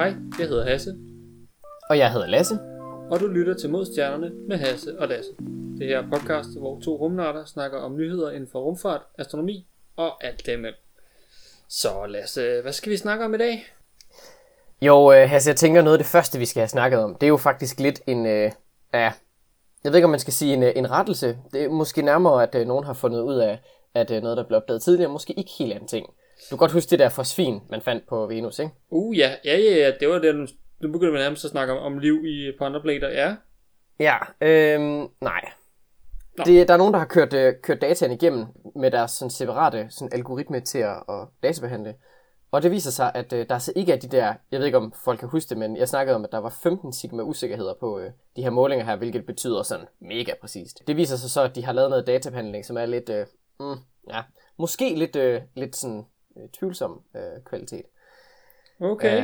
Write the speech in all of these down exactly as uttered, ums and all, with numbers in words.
Hej, jeg hedder Hasse. Og jeg hedder Lasse. Og du lytter til Mod Stjernerne med Hasse og Lasse. Det her er podcast, hvor to rumnørder snakker om nyheder inden for rumfart, astronomi og alt det med. Så Lasse, hvad skal vi snakke om i dag? Jo, øh, Hasse, jeg tænker noget af det første, vi skal have snakket om, det er jo faktisk lidt en, øh, ja, jeg ved ikke, om man skal sige en, en rettelse. Det er måske nærmere, at øh, nogen har fundet ud af, at øh, noget, der blev opdaget tidligere, måske ikke helt anden ting. Du kan godt huske det der fosfin, man fandt på Venus, ikke? Uh, ja, ja, ja, ja. Det var det, nu, nu begynder vi nærmest at snakke om, om liv i, på andre planeter, ja. Ja, øh, nej. Det, der er nogen, der har kørt, øh, kørt dataen igennem med deres sådan, separate sådan, algoritme til at, at databehandle. Og det viser sig, at øh, der altså ikke er de der, jeg ved ikke om folk kan huske det, men jeg snakkede om, at der var femten sigma usikkerheder på øh, de her målinger her, hvilket betyder sådan mega præcist. Det viser sig så, at de har lavet noget databehandling, som er lidt, øh, mm, ja, måske lidt, øh, lidt sådan øh, tvivlsom øh, kvalitet. Okay. Uh,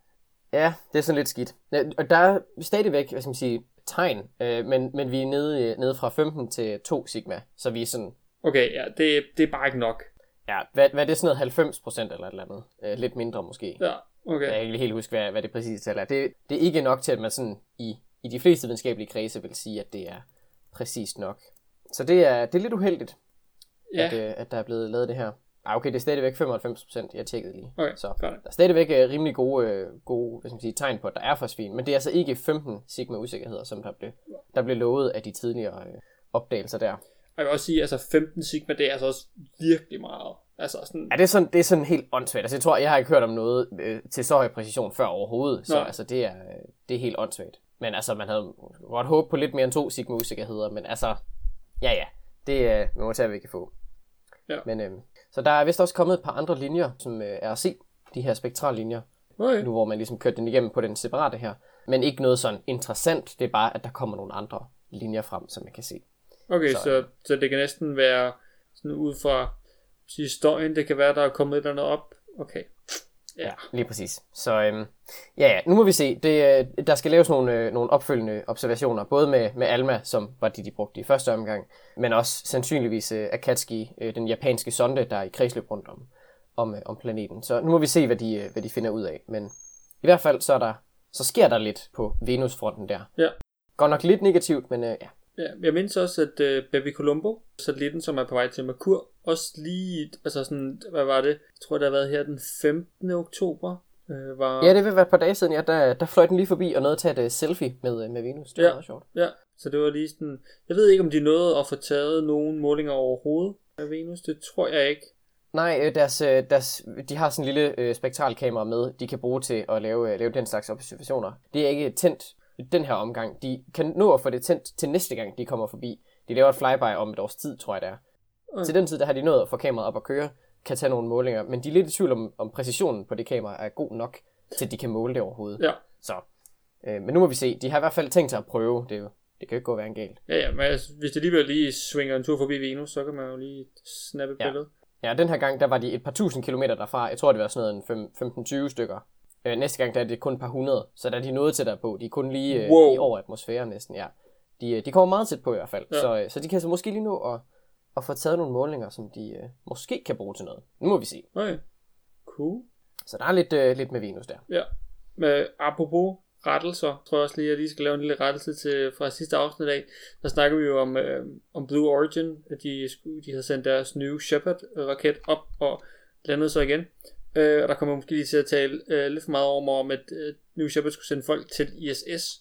ja, det er sådan lidt skidt. Og der er stadigvæk, hvad skal man sige, tegn, øh, men, men vi er nede, nede fra femten til to sigma, så vi er sådan... Okay, ja, det, det er bare ikke nok. Ja, hvad, hvad er det sådan noget halvfems procent eller et eller andet? Øh, lidt mindre måske. Ja, okay. Jeg kan ikke helt huske, hvad, hvad det præcise tal er. Det, det er ikke nok til, at man sådan i, i de fleste videnskabelige kredse vil sige, at det er præcist nok. Så det er, det er lidt uheldigt, Ja. at, øh, at der er blevet lavet det her. Ah, okay, det er stadigvæk femoghalvfems procent, jeg tjekkede lige. Okay, så færdig. der er stadigvæk øh, rimelig gode, øh, gode hvad skal man sige, tegn på, at der er fosfin, men det er altså ikke femten sigma usikkerheder, som der blev, der blev lovet af de tidligere øh, opdagelser der. Jeg vil også sige, altså femten sigma, det er altså også virkelig meget. Altså sådan... Ja, det er sådan, det er sådan helt åndssvagt. Altså jeg tror, jeg har ikke hørt om noget øh, til så høj præcision før overhovedet, så Nå. altså det er, det er helt åndssvagt. Men altså man havde godt håbet på lidt mere end to sigma usikkerheder, men altså, ja ja, det er, vi må tage, hvad vi kan få. Ja. Men øh, så der er vist også kommet et par andre linjer, som øh, er at se, de her spektrallinjer, Okay. nu hvor man ligesom kørte den igennem på den separate her. Men ikke noget sådan interessant, det er bare, at der kommer nogle andre linjer frem, som man kan se. Okay, så, Så- så, så det kan næsten være sådan ud fra historien, det kan være, der er kommet et eller andet op. Okay. Ja. Ja, lige præcis. Så øhm, ja, ja, nu må vi se. Det, øh, der skal laves nogle, øh, nogle opfølgende observationer, både med, med ALMA, som var de, de brugte i første omgang, men også sandsynligvis øh, Akatsuki, øh, den japanske sonde, der er i kredsløb rundt om, om, øh, om planeten. Så nu må vi se, hvad de, øh, hvad de finder ud af. Men i hvert fald, så, er der, så sker der lidt på Venus-fronten der. Ja. Godt nok lidt negativt, men øh, ja. Ja, jeg mindes også, at uh, Baby Colombo, satellitten, som er på vej til Merkur, også lige, altså sådan, hvad var det? Jeg tror, det har været her den femtende oktober. Øh, var... Ja, det vil være et par dage siden, ja, der, der fløj den lige forbi og nåede at tage et selfie med, øh, med Venus. Det var Ja. meget sjovt. Ja, så det var lige sådan, jeg ved ikke, om de nåede at få taget nogle målinger overhovedet af Venus, det tror jeg ikke. Nej, øh, deres, øh, deres, de har sådan en lille øh, spektralkamera med, de kan bruge til at lave, øh, lave den slags observationer. Det er ikke tændt den her omgang. De kan nå at få det tændt til næste gang, de kommer forbi. De laver et flyby om et års tid, tror jeg det er. Okay. Til den tid, der har de nået at få kameraet op at køre, kan tage nogle målinger, men de er lidt i tvivl om, om præcisionen på det kamera er god nok, til at de kan måle det overhovedet. Ja, Så, øh, men nu må vi se. De har i hvert fald tænkt sig at prøve. Det, er jo, det kan jo ikke gå at være en galt. ja, ja, men altså, hvis det alligevel lige svinger en tur forbi Venus, så kan man jo lige snappe et Ja. billede. Ja, den her gang, der var de et par tusind kilometer derfra. Jeg tror, det var sådan noget en femten til tyve stykker. Øh, næste gang, der er det kun et par hundrede. Så der er de nået til der på. De er kun lige øh, Wow. i over atmosfæren næsten, ja. De, øh, de kommer meget tæt på i hvert fald. Ja. Så, øh, så de kan så måske lige nå at, at få taget nogle målinger, som de øh, måske kan bruge til noget. Nu må vi se. Okay, cool. Så der er lidt, øh, lidt med Venus der. Ja, men apropos rettelser, tror jeg også lige, at jeg lige skal lave en lille rettelse til fra sidste afsnit af. Der snakker vi jo om, øh, om Blue Origin, at de, skulle- de havde sendt deres New Shepard-raket op og landede så igen. Øh, og der kommer måske lige til at tale øh, lidt for meget om, om at øh, New Shepard skulle sende folk til I S S.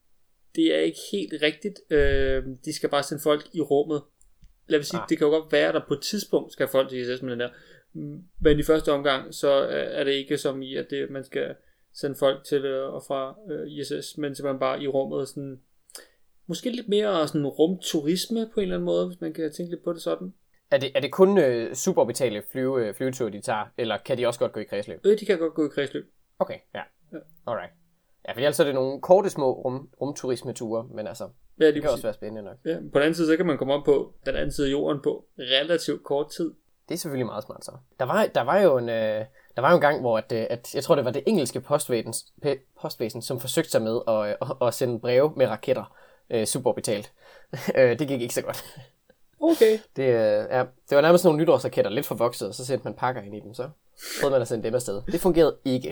Det er ikke helt rigtigt. Øh, de skal bare sende folk i rummet. Lad os sige, Ah. det kan jo godt være, at der på et tidspunkt skal folk til I S S med den der. Men i første omgang, så er det ikke som i, at det, man skal sende folk til øh, og fra øh, I S S, men simpelthen bare i rummet. Sådan, måske lidt mere sådan rumturisme på en eller anden måde, hvis man kan tænke lidt på det sådan. Er det, er det kun øh, suborbitale flyve, øh, flyveture, de tager, eller kan de også godt gå i kredsløb? Øh, de kan godt gå i kredsløb. Okay, ja. Ja. Alright. Ja, for ellers er det nogle korte små rum, rumturismeture, men altså, Ja, det lige kan også præcis. være spændende nok. Ja, på den anden side, så kan man komme op på den anden side af jorden på relativt kort tid. Det er selvfølgelig meget smart så. Der var, der var jo en, øh, der var jo en gang, hvor at, øh, at, jeg tror, det var det engelske postvæsen, pe- postvæsen som forsøgte sig med at, øh, at sende breve med raketter øh, suborbitalt. Øh, det gik ikke så godt. Okay. Det, øh, ja, det var nærmest nogle nytårsraketter, lidt for vokset, og så sendte man pakker ind i dem, så prøvede man at sende dem afsted. Det fungerede ikke.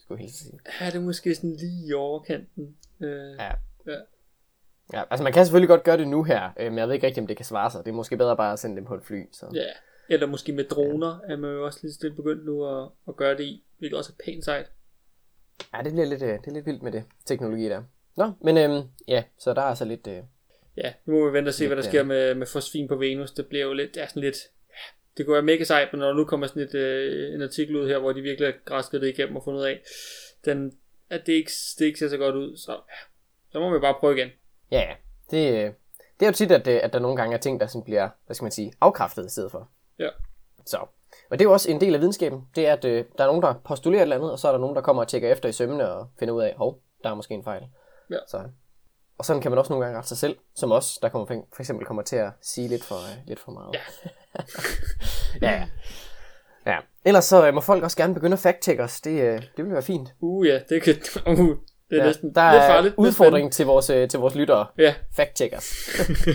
skulle jeg helt sige. Ja, det er måske sådan lige i overkanten. Øh, ja. ja. Ja, altså man kan selvfølgelig godt gøre det nu her, øh, men jeg ved ikke rigtig, om det kan svare sig. Det er måske bedre bare at sende dem på et fly. Så. Ja, eller måske med droner, ja. Er man jo også lige stille begyndt nu at, at gøre det i, hvilket også er pænt sejt. Ja, det bliver lidt, øh, det er lidt vildt med det teknologi der. Nå, men øhm, ja, så der er altså lidt... Øh, ja, nu må vi vente og se, lidt, hvad der sker med, med fosfin på Venus. Det bliver jo lidt, det er sådan lidt... Ja, det kunne være mega sejt, men når der nu kommer sådan et, øh, en artikel ud her, hvor de virkelig har græsket det igennem og fundet ud af, den, at det ikke, det ikke ser så godt ud, så, ja, så må vi bare prøve igen. Ja, ja. Det, det er jo tit, at, at der nogle gange er ting, der sådan bliver, hvad skal man sige, afkræftet i stedet for. Ja. Så. Og det er jo også en del af videnskaben. Det er, at øh, der er nogen, der postulerer et eller andet, og så er der nogen, der kommer og tjekker efter i sømmene og finder ud af, hov, der er måske en fejl. Ja. Så. Og sådan kan man også nogle gange rette sig selv, som os, der kommer, for eksempel kommer til at sige lidt for, øh, lidt for meget. Ja. ja. Ja. Ellers så øh, må folk også gerne begynde at fact-check os. Det, øh, det vil være fint. Uh ja, det kan... Uh. Det er ja, næsten der er lidt farligt. udfordring til vores, til vores lyttere. Ja. Fact-checkers.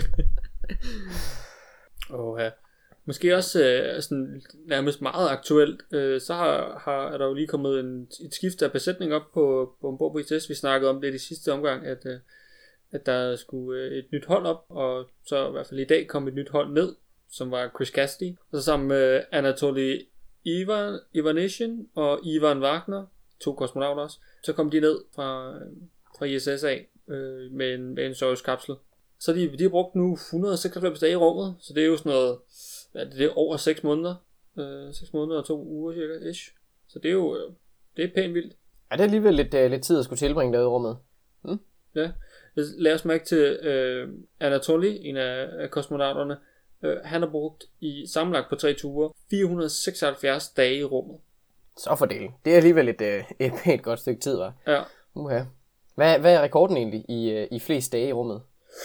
oh, ja. Måske også øh, sådan, nærmest meget aktuelt, øh, så har, har, er der jo lige kommet en, et skift af besætning op på, på ombord på I S S. Vi snakkede om det i sidste omgang, at, øh, at der skulle øh, et nyt hold op, og så i hvert fald i dag kom et nyt hold ned, som var Chris Cassidy, og så sammen med Anatoly Ivan, Ivanishin og Ivan Wagner, to kosmonauter også, så kom de ned fra, fra I S S af øh, med en, med en Soyuz-kapsel. Så de, de har brugt nu et hundrede og seksoghalvfems dage i rummet, så det er jo sådan noget, hvad er det, det er over seks måneder, øh, seks måneder og to uger cirka, ish. Så det er jo, øh, det er pænt vildt. Ja, det er alligevel lidt, uh, lidt tid at skulle tilbringe derude i rummet. Hmm? Ja, lad os mærke til øh, Anatoly, en af, af kosmonauterne. Øh, han har brugt i sammenlagt på tre ture fire hundrede og seksoghalvfjerds dage i rummet. Så for det. Det er alligevel et, øh, et pænt godt stykke tid, var. Ja. Uh-huh. Hvad, hvad er rekorden egentlig i, øh, i flest dage i rummet?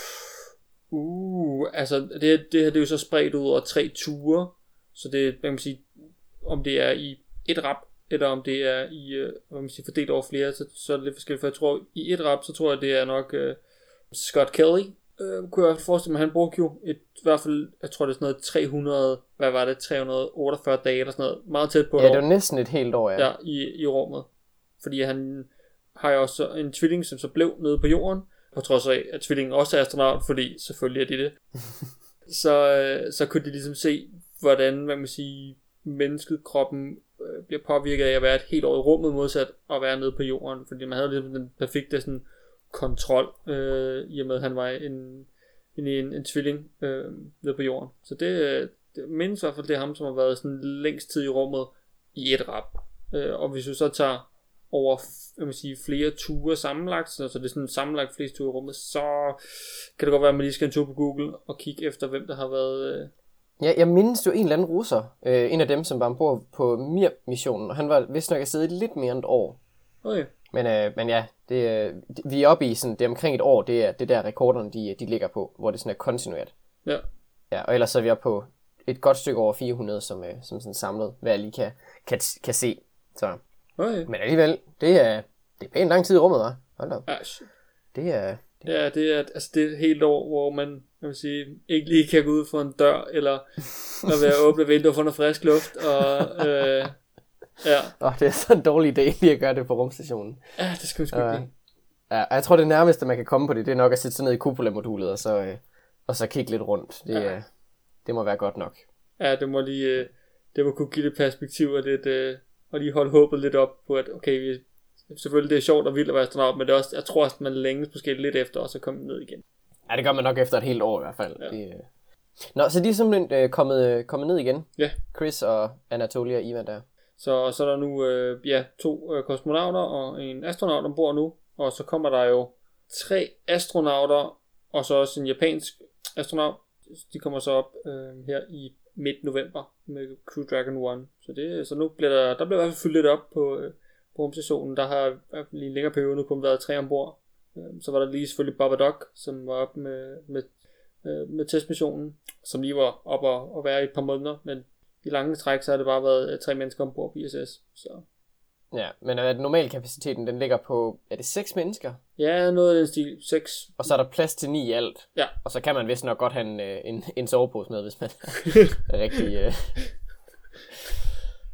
Uh, altså det, det her det er jo så spredt ud over tre ture, så det, hvad kan man sige, om det er i et rap, eller om det er i, øh, hvad man siger, fordelt over flere, så, så er det lidt forskelligt, for jeg tror, i et rap, så tror jeg, det er nok øh, Scott Kelly, øh, kunne jeg forestille mig, han brugte jo et, i hvert fald, jeg tror det er sådan noget tre hundrede, hvad var det, tre hundrede og otteogfyrre dage, eller sådan noget, meget tæt på et Ja, år. det var næsten et helt år, ja. Ja, i, i rummet, fordi han har jo også en tvilling, som så blev nede på jorden, på trods af, at tvillingen også er astronaut, fordi selvfølgelig er de det. så, øh, så kunne de ligesom se, hvordan, hvad man siger, mennesket, kroppen øh, bliver påvirket af at være et helt år i rummet, modsat at være nede på jorden, fordi man havde ligesom den perfekte sådan, kontrol, øh, i og med at han var en, en, en, en tvilling øh, nede på jorden. Så det, det mindes i hvert fald, det er ham, som har været sådan længst tid i rummet i et rap. Øh, og hvis vi så tager over, jeg vil sige, flere ture sammenlagt, så det er sådan sammenlagt flest ture i rummet, så kan det godt være, at man lige skal en tur på Google og kigge efter, hvem der har været... Øh... Ja, jeg mindes jo en eller anden russer, øh, en af dem, som var ombord på Mir-missionen, og han var vist nok afsted lidt mere end et år. Okay. Men, øh, men ja, det, øh, vi er oppe i sådan, det er omkring et år, det er det der rekorderne, de, de ligger på, hvor det sådan er kontinuert. Ja. Ja, og ellers så er vi oppe på et godt stykke over fire hundrede, som, øh, som sådan samlet, hvad jeg lige kan, kan, kan se. Så. Okay. Men alligevel, det er, det er pænt lang tid i rummet, hva'? Hold da op. Ja, shit. Det er... Det... Ja, det er, altså det er et helt år, hvor man, jeg vil sige, ikke lige kan gå ud for en dør, eller at være åbne vinduer for noget frisk luft, og øh, ja. Åh, oh, det er så en dårlig idé lige at gøre det på rumstationen. Ja, det skal vi sgu ikke uh, lide. Ja, jeg tror det nærmeste, man kan komme på det, det er nok at sætte sig ned i cupola-modulet, og så, øh, og så kigge lidt rundt. Det, ja. øh, det må være godt nok. Ja, det må lige, øh, det må kunne give lidt perspektiv, og, lidt, øh, og lige holde håbet lidt op på, at okay, vi, selvfølgelig det er sjovt og vildt at være astronaut, men det er også, jeg tror også, man længes måske lidt efter, og så komme ned igen. Ja, det gør man nok efter et helt år i hvert fald. Ja. Det, øh... Nå, så de er simpelthen øh, kommet, øh, kommet ned igen? Ja. Chris og Anatoly og Ivan der. Så, så er der nu øh, ja, to øh, kosmonauter og en astronaut ombord nu, og så kommer der jo tre astronauter, og så også en japansk astronaut. De kommer så op øh, her i midt november med Crew Dragon et. Så, det, så nu bliver der, der bliver i hvert fald fyldt lidt op på, øh, på rumstationen. Der har lige en længere periode nu kun været tre ombord. Øh, så var der lige selvfølgelig Babadook, som var op med, med, øh, med testmissionen, som lige var op og, og være i et par måneder, men i lange træk, så har det bare været tre mennesker ombord på I S S. Så. Ja, men at normalkapaciteten, den ligger på, er det seks mennesker? Ja, noget af den stil, seks. Og så er der plads til ni i alt. Ja. Og så kan man vist nok godt have en, en, en sovepose med, hvis man er rigtig... Uh...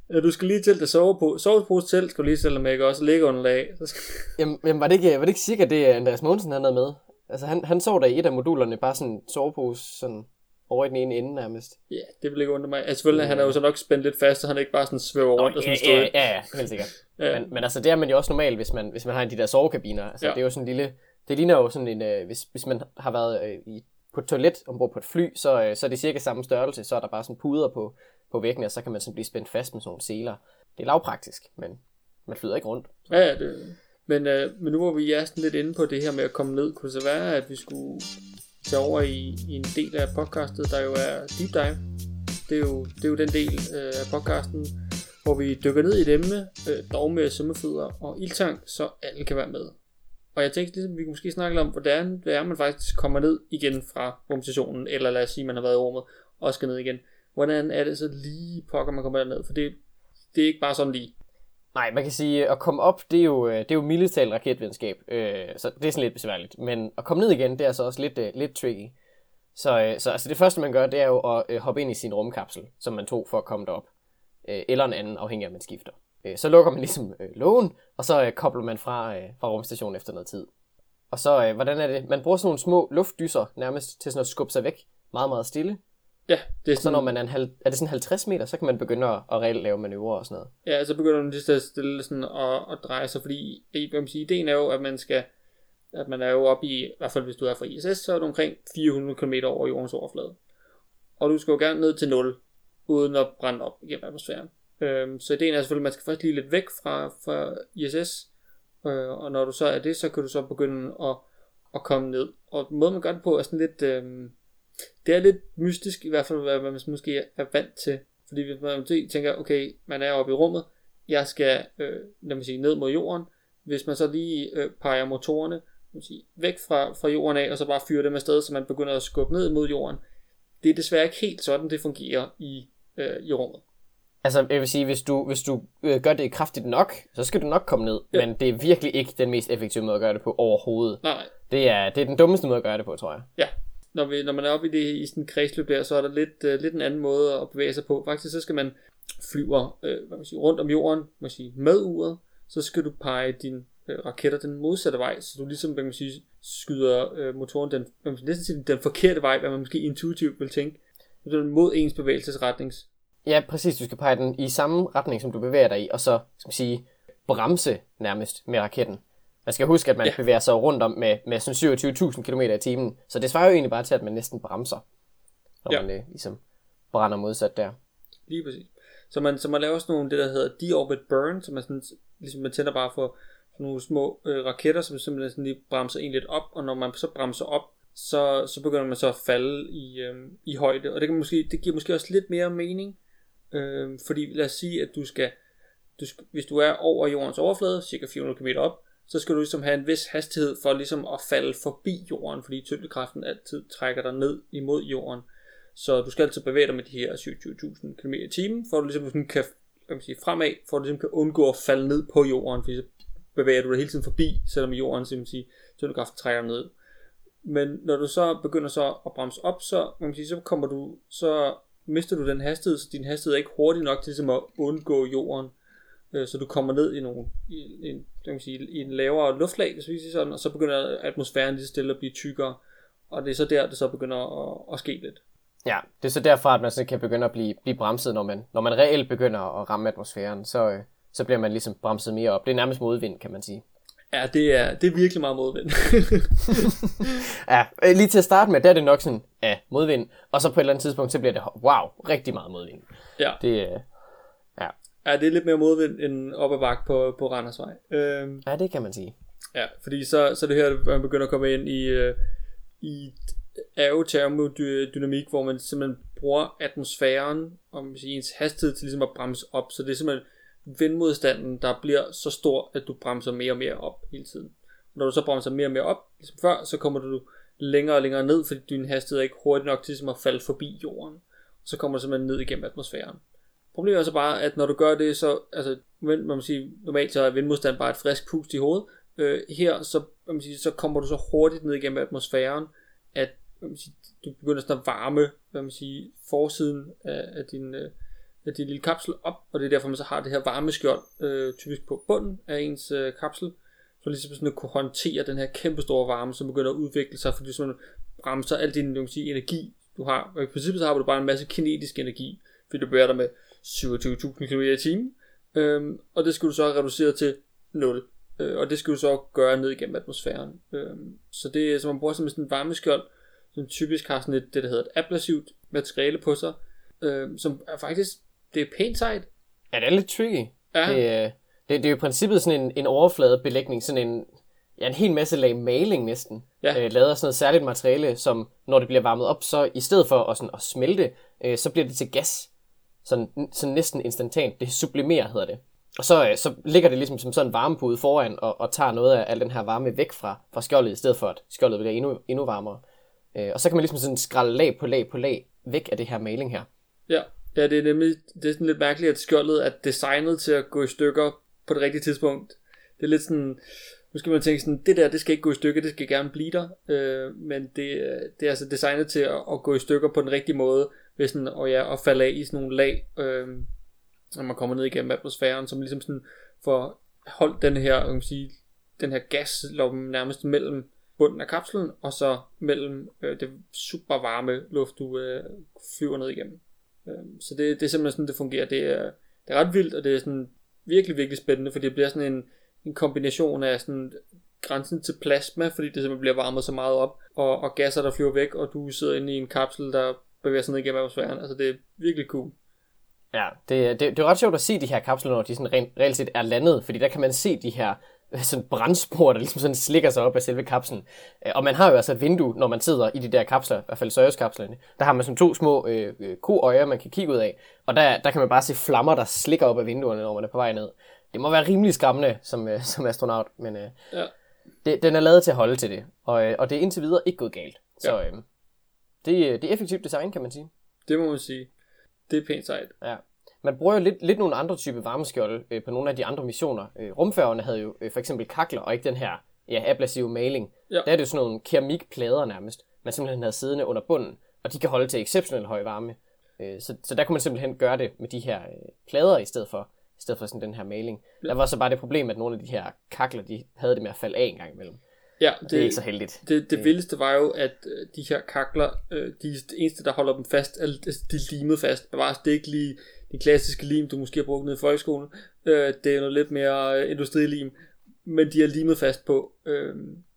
Ja, du skal lige til at sove på. Sovepose selv skal du lige til at med, ikke også? Ligge under lag. Så skal... Jamen, jamen, var det ikke, var det ikke sikkert, det Andreas Mogensen han havde med? Altså, han, han sov der i et af modulerne, bare sådan en sovepose, sådan over i den ene ende nærmest. Ja, det vil ikke undre mig. Altså, selvfølgelig, ja. Han er jo så nok spændt lidt fast, så han ikke bare sådan svæver rundt og sådan ja, stået. Ja, ja, ja, helt sikkert. ja. Men, men altså, det er man jo også normalt, hvis man, hvis man har en de der sovekabiner. Altså, ja. Det er jo sådan en lille... Det ligner jo sådan en... Øh, hvis, hvis man har været øh, i, på et toilet ombord på et fly, så, øh, så er det cirka samme størrelse. Så er der bare sådan puder på, på væggene, og så kan man sådan blive spændt fast med sådan nogle seler. Det er lavpraktisk, men man flyder ikke rundt. Så. Ja, ja, det... Men, øh, men nu hvor vi er sådan lidt inde på det her med at komme ned, kunne det så være, at vi skulle tage over i, i en del af podcastet, der jo er Deep Dive. Det er jo, det er jo den del øh, af podcasten, hvor vi dykker ned i et emne, øh, dog med svømmefødder og ildtang, så alle kan være med. Og jeg tænkte ligesom, vi kunne måske snakke om, hvordan det er, man faktisk kommer ned igen fra rumstationen, eller lad os sige, man har været i rummet, og skal ned igen. Hvordan er det så lige pokker, man kommer derned? For det, det er ikke bare sådan lige. Nej, man kan sige, at komme op, det er jo, det er jo mildest talt raketvidenskab, øh, så det er sådan lidt besværligt. Men at komme ned igen, det er så også lidt, uh, lidt tricky. Så, øh, så altså det første, man gør, det er jo at øh, hoppe ind i sin rumkapsel, som man tog for at komme derop. Øh, eller en anden, afhængig af, at man skifter. Øh, så lukker man ligesom øh, lågen, og så øh, kobler man fra, øh, fra rumstationen efter noget tid. Og så, øh, hvordan er det? Man bruger sådan nogle små luftdyser nærmest til sådan at skubbe sig væk. Meget, meget stille. Ja, det er sådan... Så når man er, en halv, er det sådan halvtreds meter, så kan man begynde at, at reelt lave manøvrer og sådan noget. Ja, så begynder man lige at stille sådan og, og dreje sig, fordi hvad man siger, ideen er jo, at man skal, at man er jo oppe i, i hvert fald hvis du er fra I S S, så er du omkring fire hundrede kilometer over jordens overflade. Og du skal jo gerne ned til nul, uden at brænde op igennem atmosfæren. Øhm, så ideen er selvfølgelig, at man skal først lige lidt væk fra, fra I S S, øh, og når du så er det, så kan du så begynde at, at komme ned. Og måden man gør det på er sådan lidt... Øh, det er lidt mystisk, i hvert fald hvad man måske er vant til. Fordi hvis man tænker, okay, man er oppe i rummet, jeg skal øh, lad mig sige, ned mod jorden. Hvis man så lige øh, peger motorerne lad mig sige, væk fra, fra jorden af, og så bare fyrer dem afsted, så man begynder at skubbe ned mod jorden. Det er desværre ikke helt sådan, det fungerer i, øh, i rummet. Altså, jeg vil sige, hvis du, hvis du øh, gør det kraftigt nok, så skal du nok komme ned. Ja. Men det er virkelig ikke den mest effektive måde at gøre det på overhovedet. Nej. Det er, det er den dummeste måde at gøre det på, tror jeg. Ja. Når, vi, når man er oppe i, det, i sådan en kredsløb der, så er der lidt, uh, lidt en anden måde at bevæge sig på. Faktisk så skal man flyve øh, hvad man siger, rundt om jorden man siger, med uret. Så skal du pege dine øh, raketter den modsatte vej, så du ligesom hvad man siger, skyder øh, motoren den, hvad man siger, næsten siger, den forkerte vej, hvad man måske intuitivt vil tænke. Det er mod ens bevægelsesretnings. Ja, præcis. Du skal pege den i samme retning, som du bevæger dig i, og så skal man sige, bremse nærmest med raketten. Man skal huske, at man ja. bevæger sig rundt om med, med sådan syvogtyve tusind kilometer i timen. Så det svarer jo egentlig bare til, at man næsten bremser, når ja. man øh, ligesom brænder modsat der. Lige præcis. Så man, så man laver sådan nogle, det der hedder deorbit burn, så man, sådan, ligesom man tænder bare for nogle små øh, raketter, som simpelthen sådan lige bremser en lidt op, og når man så bremser op, så, så begynder man så at falde i, øh, i højde. Og det, kan måske, det giver måske også lidt mere mening, øh, fordi lad os sige, at du skal, du skal, hvis du er over jordens overflade, cirka fire hundrede kilometer op, så skal du ligesom have en vis hastighed for ligesom at falde forbi jorden, fordi tyngdekraften altid trækker dig ned imod jorden. Så du skal altid bevæge dig med de her syvogtyve tusind kilometer i timen, for at du ligesom kan, kan man sige, fremad, for at du ligesom kan undgå at falde ned på jorden, fordi så bevæger du dig hele tiden forbi, selvom jorden simpelthen tyngdekraften trækker ned. Men når du så begynder så at bremse op, så, kan man sige, så kommer du, så mister du den hastighed, så din hastighed er ikke hurtig nok til ligesom at undgå jorden. Så du kommer ned i, nogle, i, en, kan man sige, i en lavere luftlag, hvis vi siger sådan, og så begynder atmosfæren lige stille at blive tykkere, og det er så der, det så begynder at, at ske lidt. Ja, det er så derfra, at man så kan begynde at blive, blive bremset, når man, når man reelt begynder at ramme atmosfæren, så, så bliver man ligesom bremset mere op. Det er nærmest modvind, kan man sige. Ja, det er, det er virkelig meget modvind. Ja, lige til at starte med, der er det nok sådan, ja, modvind, og så på et eller andet tidspunkt, så bliver det, wow, rigtig meget modvind. Ja. Det, ja. Ja, det er lidt mere modvind end op ad bakke på, på Randersvej. Øhm, ja, det kan man sige. Ja, fordi så, så det her, man begynder at komme ind i, øh, i aerotermodynamik, hvor man simpelthen bruger atmosfæren og man siger, ens hastighed til ligesom at bremse op. Så det er simpelthen vindmodstanden, der bliver så stor, at du bremser mere og mere op hele tiden. Når du så bremser mere og mere op, ligesom før, så kommer du længere og længere ned, fordi din hastighed er ikke hurtigt nok til ligesom at falde forbi jorden. Så kommer du simpelthen ned igennem atmosfæren. Problemet er så bare, at når du gør det, så, altså, man må sige, normalt så er vindmodstand bare et frisk pust i hovedet. Øh, her, så, man sige, så kommer du så hurtigt ned igennem atmosfæren, at man sige, du begynder sådan at varme, hvad man siger, forsiden af, af din, øh, af de lille kapsel op, og det er derfor, man så har det her varmeskjold, øh, typisk på bunden af ens øh, kapsel, så ligesom sådan at kunne håndtere den her kæmpe store varme, som begynder at udvikle sig, fordi sådan bremser al din, du kan sige, energi, du har. Og i princippet så har du bare en masse kinetisk energi, fordi du bevæger dig med syvogtyve tusind kilometer i timen, øhm, og det skal du så reducere til nul, øh, og det skal du så gøre ned igennem atmosfæren. Øhm, så det er, så man bruger sådan sådan en varmeskjold, som typisk har sådan et, det der hedder et abrasivt materiale på sig, øhm, som er faktisk, det er pænt sejt. Ja, det er lidt tricky. Ja. Det, det, det er jo i princippet sådan en, en overfladebelægning, sådan en, ja, en hel masse lag maling næsten, ja. øh, lavet af sådan noget særligt materiale, som når det bliver varmet op, så i stedet for at, sådan, at smelte, øh, så bliver det til gas, sådan, sådan næsten instantant. Det sublimerer, hedder det. Og så, øh, så ligger det ligesom som sådan en varmepude foran, og, og tager noget af al den her varme væk fra, fra skjoldet, i stedet for at skjoldet bliver endnu, endnu varmere. Øh, og så kan man ligesom sådan skralde lag på lag på lag væk af det her maling her. Ja, ja, det er nemlig det er sådan lidt mærkeligt, at skjoldet er designet til at gå i stykker på det rigtige tidspunkt. Det er lidt sådan, nu skal man tænke sådan, det der, det skal ikke gå i stykker, det skal gerne blive der, øh, men det, det er altså designet til at, at gå i stykker på den rigtige måde, ved sådan, og ja, at falde af i sådan nogle lag, øh, når man kommer ned igennem atmosfæren, som ligesom sådan får holdt den her, kan man sige, den her gaslomme nærmest mellem bunden af kapslen, og så mellem øh, det super varme luft, du øh, flyver ned igennem. Øh, så det, det er simpelthen sådan, det fungerer. Det er, det er ret vildt, og det er sådan virkelig, virkelig spændende, fordi det bliver sådan en, en kombination af sådan grænsen til plasma, fordi det simpelthen bliver varmet så meget op, og, og gasser, der flyver væk, og du sidder inde i en kapsel, der bevæger sig ned igennem atmosfæren. Altså det er virkelig cool. Ja, det, det, det er ret sjovt at se de her kapsler, når de sådan rent, reelt set er landet, fordi der kan man se de her sådan brandspor, der ligesom sådan slikker sig op af selve kapslen. Og man har jo altså et vindue, når man sidder i de der kapsler, i hvert fald Soyuz-kapslerne. Der har man sådan to små øh, koøjer, man kan kigge ud af, og der, der kan man bare se flammer, der slikker op af vinduerne, når man er på vej ned. Det må være rimelig skræmmende som, øh, som astronaut, men øh, ja. det, den er lavet til at holde til det, og, øh, og det er indtil videre ikke gået galt. Så ja. øh, det, det er effektivt design, kan man sige. Det må man sige. Det er pænt sejt. Ja. Man bruger jo lidt, lidt nogle andre typer varmeskjolde øh, på nogle af de andre missioner. Øh, rumfærgerne havde jo øh, for eksempel kakler, og ikke den her ja, abrasive maling. Ja. Der er det jo sådan nogle keramikplader nærmest, man simpelthen havde siddende under bunden, og de kan holde til exceptionelt høj varme. Øh, så, så der kunne man simpelthen gøre det med de her øh, plader i stedet for, i stedet for sådan den her maling. Ja. Der var så bare det problem, at nogle af de her kakler, de havde det med at falde af en gang imellem. Ja, det, det er ikke så heldigt. Det, det øh. vildeste var jo, at øh, de her kakler, øh, de eneste, der holder dem fast, er de er limet fast. Bevares, det er ikke lige de klassiske lim, du måske har brugt nede i folkeskolen. Øh, det er noget lidt mere øh, industrilim, men de er limet fast på. Øh.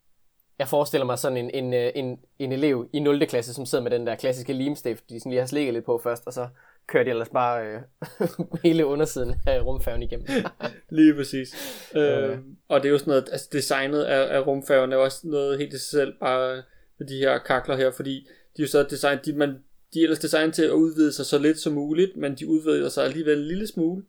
Jeg forestiller mig sådan en, en, en, en elev i nul klasse, som sidder med den der klassiske limstift, de sådan lige har slikket lidt på først, og så kører de ellers bare øh, hele undersiden af rumfærgen igennem. Lige præcis. Øh, øh. Og det er jo sådan noget, altså designet af, af rumfærgen er også noget helt i sig selv, bare med de her kakler her, fordi de er jo så designet, de, man, de er ellers designet til at udvide sig så lidt som muligt, men de udvider sig alligevel en lille smule,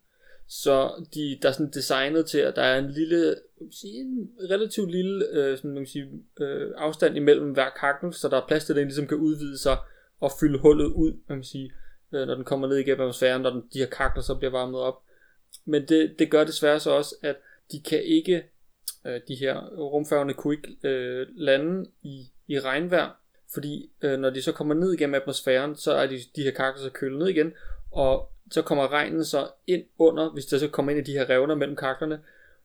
så de, der er sådan designet til, at der er en lille, sige, en relativt lille øh, sådan, man kan sige, øh, afstand imellem hver kakkel, så der er plads til, at den ligesom kan udvide sig og fylde hullet ud, man kan sige, øh, når den kommer ned igennem atmosfæren, når den, de her kakler så bliver varmet op. Men det, det gør desværre så også, at de kan ikke, øh, de her rumfærgerne kunne ikke øh, lande i, i regnvejr, fordi øh, når de så kommer ned igennem atmosfæren, så er de, de her kakler så kølet ned igen, og så kommer regnen så ind under, hvis det så kommer ind i de her revner mellem kaklerne,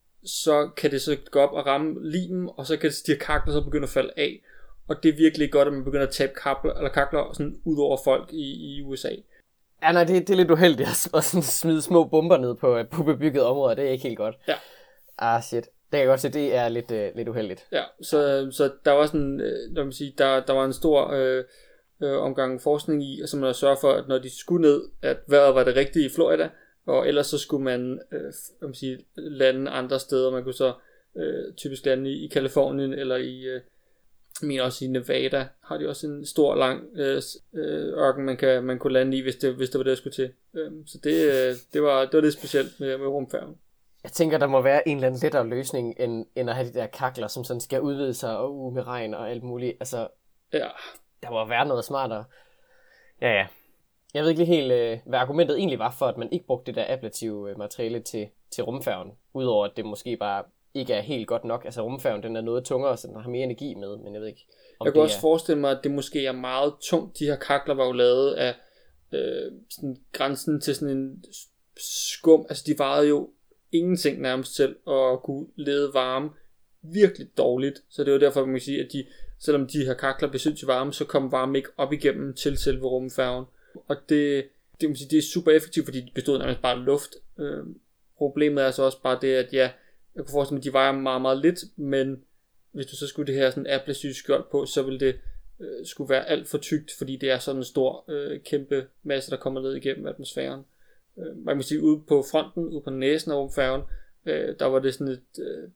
så kan det så gå op og ramme limen, og så kan de her kakler så begynde at falde af. Og det er virkelig godt, at man begynder at tabe kakler, eller kakler sådan ud over folk i, i U S A. Ja, nej, det, det er lidt uheldigt at sådan smide små bomber ned på, på bebygget områder. Det er ikke helt godt. Ja. Ah, shit. Det kan jeg godt se, det er lidt, uh, lidt uheldigt. Ja, så, så der var sådan, øh, lad mig sige, der, der var en stor øh, øh, omgang forskning i, som man sørger for, at når de skulle ned, at vejret var det rigtige i Florida, og ellers så skulle man, øh, lad mig sige, lande andre steder. Man kunne så øh, typisk lande i, i Kalifornien, eller i, øh, jeg mener også i Nevada, har de også en stor, lang øh, ørken, man, kan, man kunne lande i, hvis det, hvis det var det, jeg skulle til. Øh, så det, øh, det, var, det var lidt specielt med, med rumfærgen. Jeg tænker, der må være en eller anden lettere løsning, end, end at have de der kakler, som sådan skal udvide sig og uh, med regn og alt muligt. Altså, ja. Der må være noget smartere. Ja, ja. Jeg ved ikke lige helt, øh, hvad argumentet egentlig var for, at man ikke brugte det der ablative materiale til, til rumfærgen. Udover at det måske bare ikke er helt godt nok. Altså rumfærgen, den er noget tungere, så den har mere energi med, men jeg ved ikke, om Jeg kan det også er... forestille mig, at det måske er meget tungt. De her kakler var jo lavet af, øh, sådan grænsen til sådan en skum, altså de varede jo ingenting nærmest selv, og kunne lede varme virkelig dårligt, så det var derfor, man kan sige, at de, selvom de her kakler blev sindssygt varme, så kom varme ikke op igennem til selve rumfærgen, og det, det, man sige, det er super effektivt, fordi de bestod nærmest bare af luft. Øh, problemet er så også bare det, at ja, jeg kunne forestille mig, at de vejer meget, meget lidt, men hvis du så skulle det her sådan apple skjold på, så ville det øh, skulle være alt for tykt, fordi det er sådan en stor, øh, kæmpe masse, der kommer ned igennem atmosfæren. Øh, man kan sige, ude på fronten, ude på næsen af rumfærgen, øh, der var det sådan et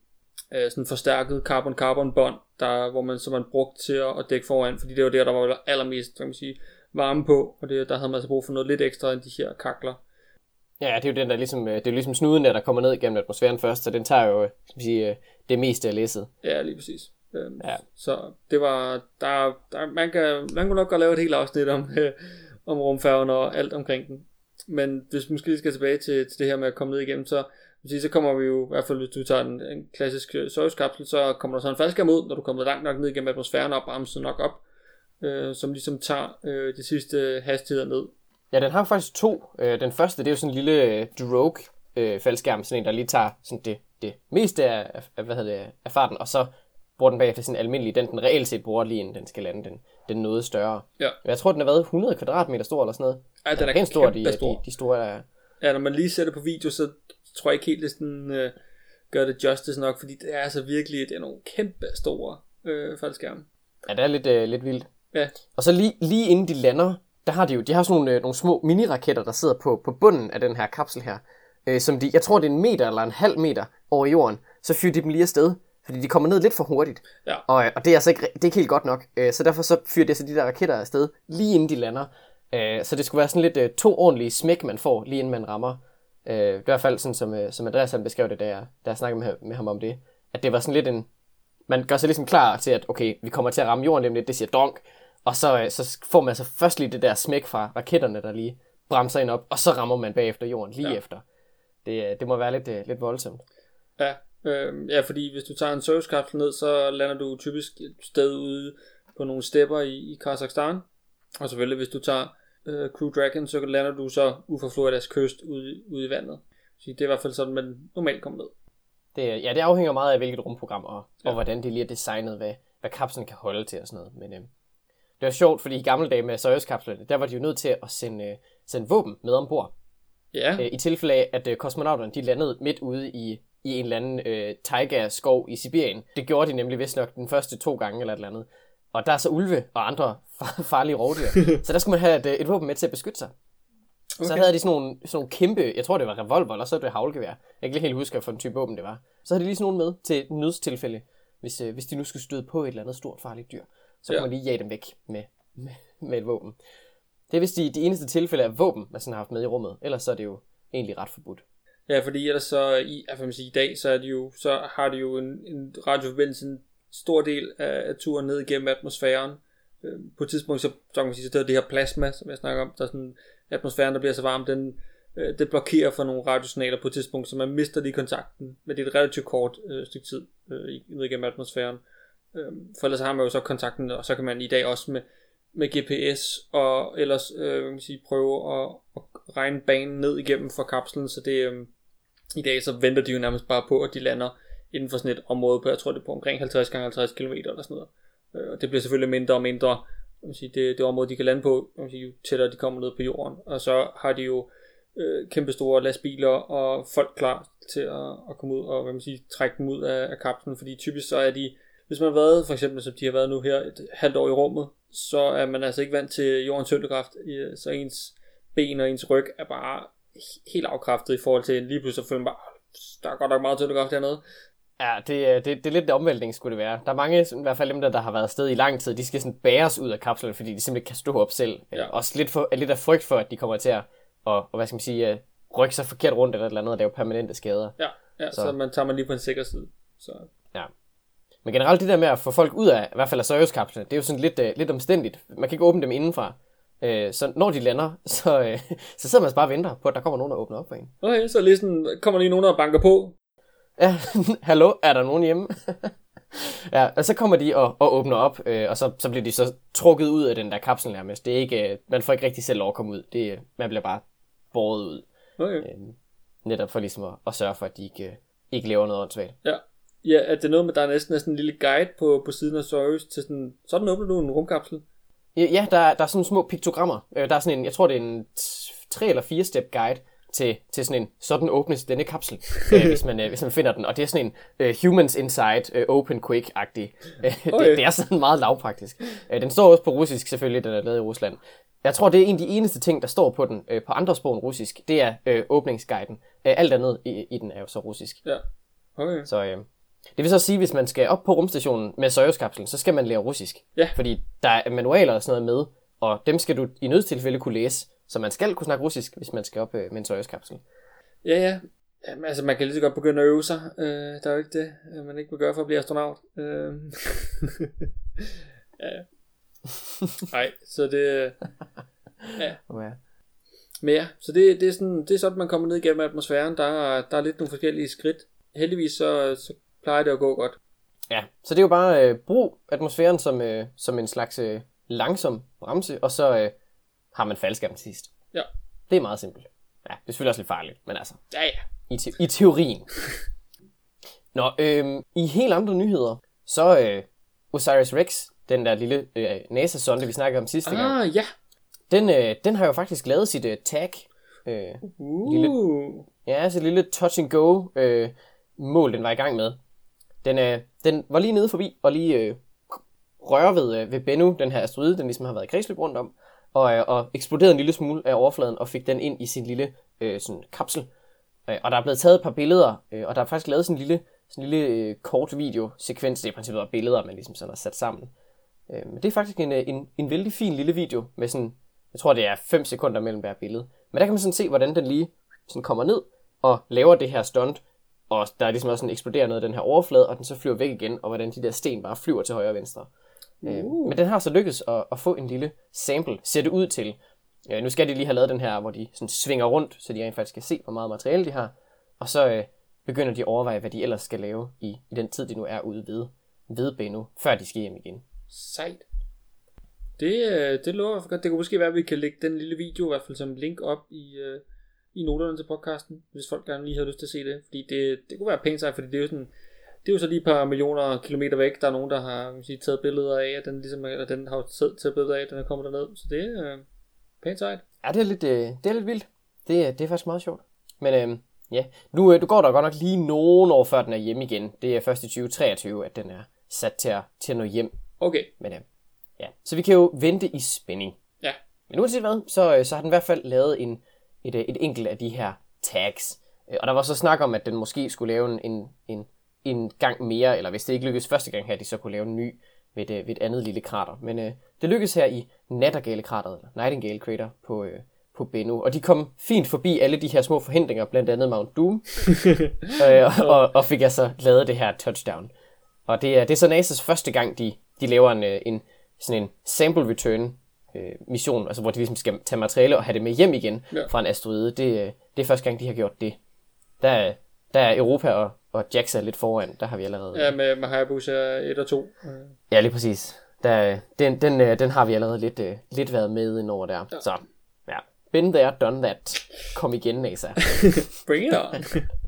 øh, sådan forstærket carbon-carbon bånd, der, hvor man så man brugt til at, at dække foran, fordi det var der, der var allermest, kan man sige, varme på, og det, der havde man altså brug for noget lidt ekstra end de her kakler. Ja, det er jo den der ligesom, det er jo ligesom snuden der, der kommer ned igennem atmosfæren først, så den tager jo, skal man sige, det meste af læsset. Ja, lige præcis. Øhm, ja. Så det var, der, der man kan, man kunne nok godt lave et helt afsnit om, øh, om rumfærgen og alt omkring den. Men hvis vi måske skal tilbage til, til det her med at komme ned igennem, så, så kommer vi jo, i hvert fald hvis du tager en, en klassisk Soyuz-kapsel, så kommer der så en faldskærm ud, når du kommer langt nok ned igennem atmosfæren og bremser nok op, øh, som ligesom tager øh, de sidste hastigheder ned. Ja, den har faktisk to. Øh, den første, det er jo sådan en lille øh, drogue øh, faldskærm, sådan en, der lige tager sådan det, det meste af, af, hvad hedder det, af farten, og så bruger den bagefter sådan en almindelig, den den reelt set bruger lige inden den skal lande, den, den noget større. Ja. Jeg tror, den har været hundrede kvadratmeter stor eller sådan noget. Ej, den er, er helt stor, de, stor. De, de store der. Ja, når man lige ser det på video, så tror jeg ikke helt, det sådan, øh, gør det justice nok, fordi det er altså virkelig, det er nogle kæmpe store øh, faldskærme. Ja, det er lidt, øh, lidt vildt. Ja. Og så lige, lige inden de lander, der har de jo, de har sådan nogle, øh, nogle små miniraketter, der sidder på, på bunden af den her kapsel her, øh, som de, jeg tror det er en meter eller en halv meter over jorden, så fyrer de dem lige afsted, fordi de kommer ned lidt for hurtigt. Ja. Og, og det er altså ikke, det er ikke helt godt nok, øh, så derfor så fyrer de altså de der raketter afsted, lige inden de lander. Øh, så det skulle være sådan lidt øh, to ordentlige smæk, man får, lige inden man rammer. Øh, det er i hvert fald sådan, som, øh, som Andreas han beskrev det, da jeg, da jeg snakkede med, med ham om det, at det var sådan lidt en, man gør sig ligesom klar til, at okay, vi kommer til at ramme jorden lidt, det siger donk. Og så, så får man altså først lige det der smæk fra raketterne, der lige bremser ind op, og så rammer man bagefter jorden lige ja. efter. Det, det må være lidt, lidt voldsomt. Ja, øh, ja, fordi hvis du tager en Soyuz-kapsel ned, så lander du typisk et sted ude på nogle stepper i, i Kazakhstan. Og selvfølgelig, hvis du tager øh, Crew Dragon, så lander du så ud for Floridas kyst ude, ude i vandet. Så det er i hvert fald sådan, man normalt kommer ned. Det, ja, det afhænger meget af, hvilket rumprogram, og, ja. og hvordan det lige er designet, hvad, hvad kapslen kan holde til og sådan noget. Men øh, det var sjovt, fordi i gamle dage med Soyuz-kapslerne, der var de jo nødt til at sende, øh, sende våben med ombord. Ja. Øh, I tilfælde af, at øh, kosmonauterne de landede midt ude i, i en eller anden øh, taiga-skov i Sibirien. Det gjorde de nemlig vist nok den første to gange eller et eller andet. Og der er så ulve og andre far- farlige rovdyr. Så der skulle man have et, et våben med til at beskytte sig. Okay. Så havde de sådan nogle, sådan nogle kæmpe, jeg tror det var revolver, eller så var det havlgevær. Jeg kan ikke helt huske, hvilken type våben det var. Så havde de lige sådan nogle med til et nødstilfælde, hvis, øh, hvis de nu skulle støde på et eller andet stort farligt dyr. Så ja. kan man lige jage dem væk med, med, med et våben. Det er vist de, de eneste tilfælde af våben, man sådan har haft med i rummet. Ellers så er det jo egentlig ret forbudt. Ja, fordi ellers så i, jeg vil sige, i dag, så, er de jo, så har de jo en, en radioforbindelse, en stor del af, af turen ned igennem atmosfæren. Øh, på et tidspunkt, så, så kan man sige, så det er det her plasma, som jeg snakker om, der er sådan, atmosfæren, der bliver så varm, den, øh, det blokerer for nogle radiosignaler på et tidspunkt, så man mister lige kontakten, men det er et relativt kort øh, stykke tid øh, ned igennem atmosfæren. Øh, for ellers har man jo så kontakten, og så kan man i dag også med, med G P S, og ellers øh, man sige, prøve at, at regne banen ned igennem for kapslen, så det øh, i dag så venter de jo nærmest bare på, at de lander inden for sådan et område på, jeg tror det er på omkring halvtreds gange halvtreds kilometer eller sådan noget. Øh, og det bliver selvfølgelig mindre og mindre, man sige, det, det område de kan lande på, man sige, jo tættere de kommer ned på jorden, og så har de jo øh, kæmpe store lastbiler og folk klar til at, at komme ud og hvad man siger, trække dem ud af, af kapslen, fordi typisk så er de, hvis man har været, for eksempel som de har været nu her, et halvt år i rummet, så er man altså ikke vant til jordens tyngdekraft, så ens ben og ens ryg er bare helt afkræftet i forhold til, lige pludselig føler man bare, der er godt nok meget tyngdekraft dernede. Ja, det, det, det er lidt en omvæltning, skulle det være. Der er mange, i hvert fald dem, der, der har været afsted i lang tid, de skal sådan bæres ud af kapslen, fordi de simpelthen ikke kan stå op selv. Ja. Også lidt, for, lidt af frygt for, at de kommer til at, og, og hvad skal man sige, rykke sig forkert rundt eller et eller andet, og det er jo permanente skader. Ja, ja så. så man tager man lige på en sikker side. Så. Ja. Men generelt det der med at få folk ud af, i hvert fald af Soyuz-kapslen, det er jo sådan lidt, uh, lidt omstændigt. Man kan ikke åbne dem indenfra. Uh, så når de lander, så, uh, så sidder man altså bare og venter på, at der kommer nogen, der åbner op for en. Okay, så lige sådan, kommer lige nogen, der banker på. Ja, hallo, er der nogen hjemme? Ja, og så kommer de og, og åbner op, øh, og så, så bliver de så trukket ud af den der kapsel nærmest. Det er ikke, øh, man får ikke rigtig selv lov at komme ud. Det, man bliver bare båret ud. Okay. Øh, netop for ligesom at, at sørge for, at de ikke, øh, ikke laver noget åndssvagt. Ja. Ja, at det er noget med, der er næsten, næsten en lille guide på, på siden af Soyuz til sådan, sådan åbner du en rumkapsel. Ja, ja der, er, der er sådan små piktogrammer. Øh, der er sådan en, jeg tror det er en tre eller fire step guide til, til sådan en, sådan åbnes denne kapsel, øh, hvis, man, øh, hvis man finder den. Og det er sådan en uh, humans inside, uh, open quick-agtig. Uh, okay. det, det er sådan meget lavpraktisk. Uh, den står også på russisk selvfølgelig, den er lavet i Rusland. Jeg tror, det er en af de eneste ting, der står på den uh, på andre sprog end russisk. Det er uh, åbningsguiden. Uh, alt andet i, i den er jo så russisk. Ja, okay. Så uh, det vil så sige, hvis man skal op på rumstationen med Soyuz-kapslen, så skal man lære russisk. Ja. Fordi der er manualer og sådan noget med, og dem skal du i nødstilfælde kunne læse. Så man skal kunne snakke russisk, hvis man skal op øh, med en Soyuz-kapsel. Ja, ja. Jamen, altså, man kan lige så godt begynde at øve sig. Øh, der er jo ikke det, man ikke vil gøre for at blive astronaut. Øh. ja. Nej, så det... Ja. Okay. Men ja, så det, det, er sådan, det er sådan, man kommer ned igennem atmosfæren. Der er, der er lidt nogle forskellige skridt. Heldigvis så, så plejer det at gå godt. Ja, så det er jo bare øh, brug atmosfæren som, øh, som en slags øh, langsom bremse, og så øh, har man faldskærm til sidst. Ja. Det er meget simpelt. Ja, det er selvfølgelig også lidt farligt, men altså, Ja, ja. i, te- i teorien. Nå, øh, i helt andre nyheder, så øh, OSIRIS-REx, den der lille øh, NASA-sonde, vi snakkede om sidste ah, gang, Ah, ja. den, øh, den har jo faktisk lavet sit øh, tag. Øh, Uh. lille, ja, sit lille touch-and-go øh, mål, den var i gang med. Den, øh, den var lige nede forbi og lige øh, røre ved, øh, ved Bennu, den her asteroide, den ligesom har været i kredsløb rundt om, og, øh, og eksploderede en lille smule af overfladen og fik den ind i sin lille øh, sådan kapsel. Øh, og der er blevet taget et par billeder, øh, og der er faktisk lavet sådan en lille, sådan en lille øh, kort videosekvens. Det er i princippet bare billeder, man ligesom sådan har sat sammen. Øh, men det er faktisk en, en, en vældig fin lille video med sådan, jeg tror det er fem sekunder mellem hver billede. Men der kan man sådan se, hvordan den lige sådan kommer ned og laver det her stunt, og der er ligesom også sådan eksploderer noget af den her overflade, og den så flyver væk igen, og hvordan de der sten bare flyver til højre og venstre. Uh. Øh, men den har så lykkedes at, at få en lille sample, sætte ud til. Øh, nu skal de lige have lavet den her, hvor de sådan svinger rundt, så de rent faktisk kan se, hvor meget materiale de har. Og så øh, begynder de at overveje, hvad de ellers skal lave i, i den tid, de nu er ude ved, ved Bennu, før de skal hjem igen. Sejt. Det, øh, det lover for godt. Det kunne måske være, at vi kan lægge den lille video i hvert fald som link op i, øh, i noterne til podcasten, hvis folk gerne lige har lyst til at se det. Fordi det, det kunne være pænt sejt, fordi det er jo sådan... Det er jo så lige et par millioner kilometer væk. Der er nogen, der har man sige, taget billeder af, at den, ligesom, eller den har taget, taget billeder af, at den er kommet derned. Så det er øh, pænt sejt. Ja, det er lidt, øh, det er lidt vildt. Det, det er faktisk meget sjovt. Men øh, ja, nu, øh, du går der godt nok lige nogen år før den er hjemme igen. Det er først i tyve treogtyve, at den er sat til at, til at nå hjem. Okay. Men øh, ja, så vi kan jo vente i spænding. Ja. Men uanset hvad, så, øh, så har den i hvert fald lavet en, et, et enkelt af de her tags. Øh, og der var så snak om, at den måske skulle lave en, en, en en gang mere, eller hvis det ikke lykkedes første gang her, de så kunne lave en ny ved et, ved et andet lille krater. Men øh, det lykkedes her i Nattergale-krateret, eller Nightingale Crater på, øh, på Bennu, og de kom fint forbi alle de her små forhindringer, blandt andet Mount Doom, øh, og, og, og fik altså lavet det her touchdown. Og det er, det er så N A S A's første gang, de, de laver en, en, sådan en sample return øh, mission, altså hvor de ligesom skal tage materiale og have det med hjem igen ja. fra en asteroide. Det, det er første gang, de har gjort det. Der, der er Europa og Og JAXA lidt foran, der har vi allerede... Ja, med, med Hayabusa et og to. Ja, lige præcis. Der, den, den, den har vi allerede lidt, lidt været med ind over der. Ja. Så, ja. Been there, done that. Kom igen, NASA. Bring it on.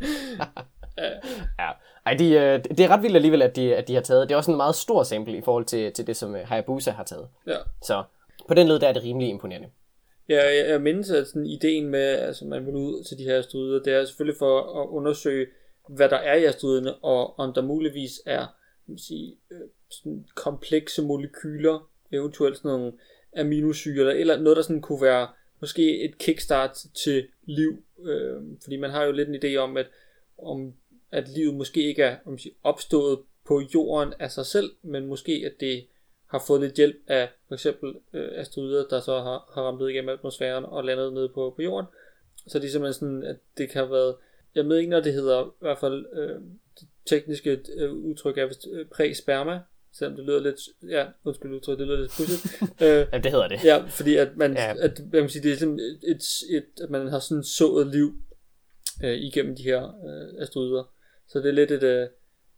ja. Ej, de, det er ret vildt alligevel, at de, at de har taget... Det er også en meget stor sample i forhold til, til det, som Hayabusa har taget. Ja. Så på den led, der er det rimelig imponerende. Ja, jeg, jeg mindes, at sådan ideen med, at altså, man vil ud til de her asteroider, det er selvfølgelig for at undersøge, hvad der er i asteroiderne, og om der muligvis er man sige, sådan komplekse molekyler, eventuelt sådan nogle aminosyre, eller noget, der sådan kunne være måske et kickstart til liv. Øh, fordi man har jo lidt en idé om, at, om, at livet måske ikke er man siger, opstået på jorden af sig selv, men måske at det har fået lidt hjælp af for eksempel øh, asteroider, der så har, har ramt ned igennem atmosfæren og landet ned på, på jorden. Så det er simpelthen sådan, at det kan have været, jeg ved ikke, når det hedder, i hvert fald øh, det tekniske øh, udtryk er vist øh, præsperma, selvom det lyder lidt, ja, undskyld udtryk, det lyder lidt pudset. øh, ja, det hedder det. Ja, fordi at man, ja. at, man kan sige, det er sådan et, et, et, at man har sådan sået liv øh, igennem de her øh, asteroider. Så det er lidt et, øh,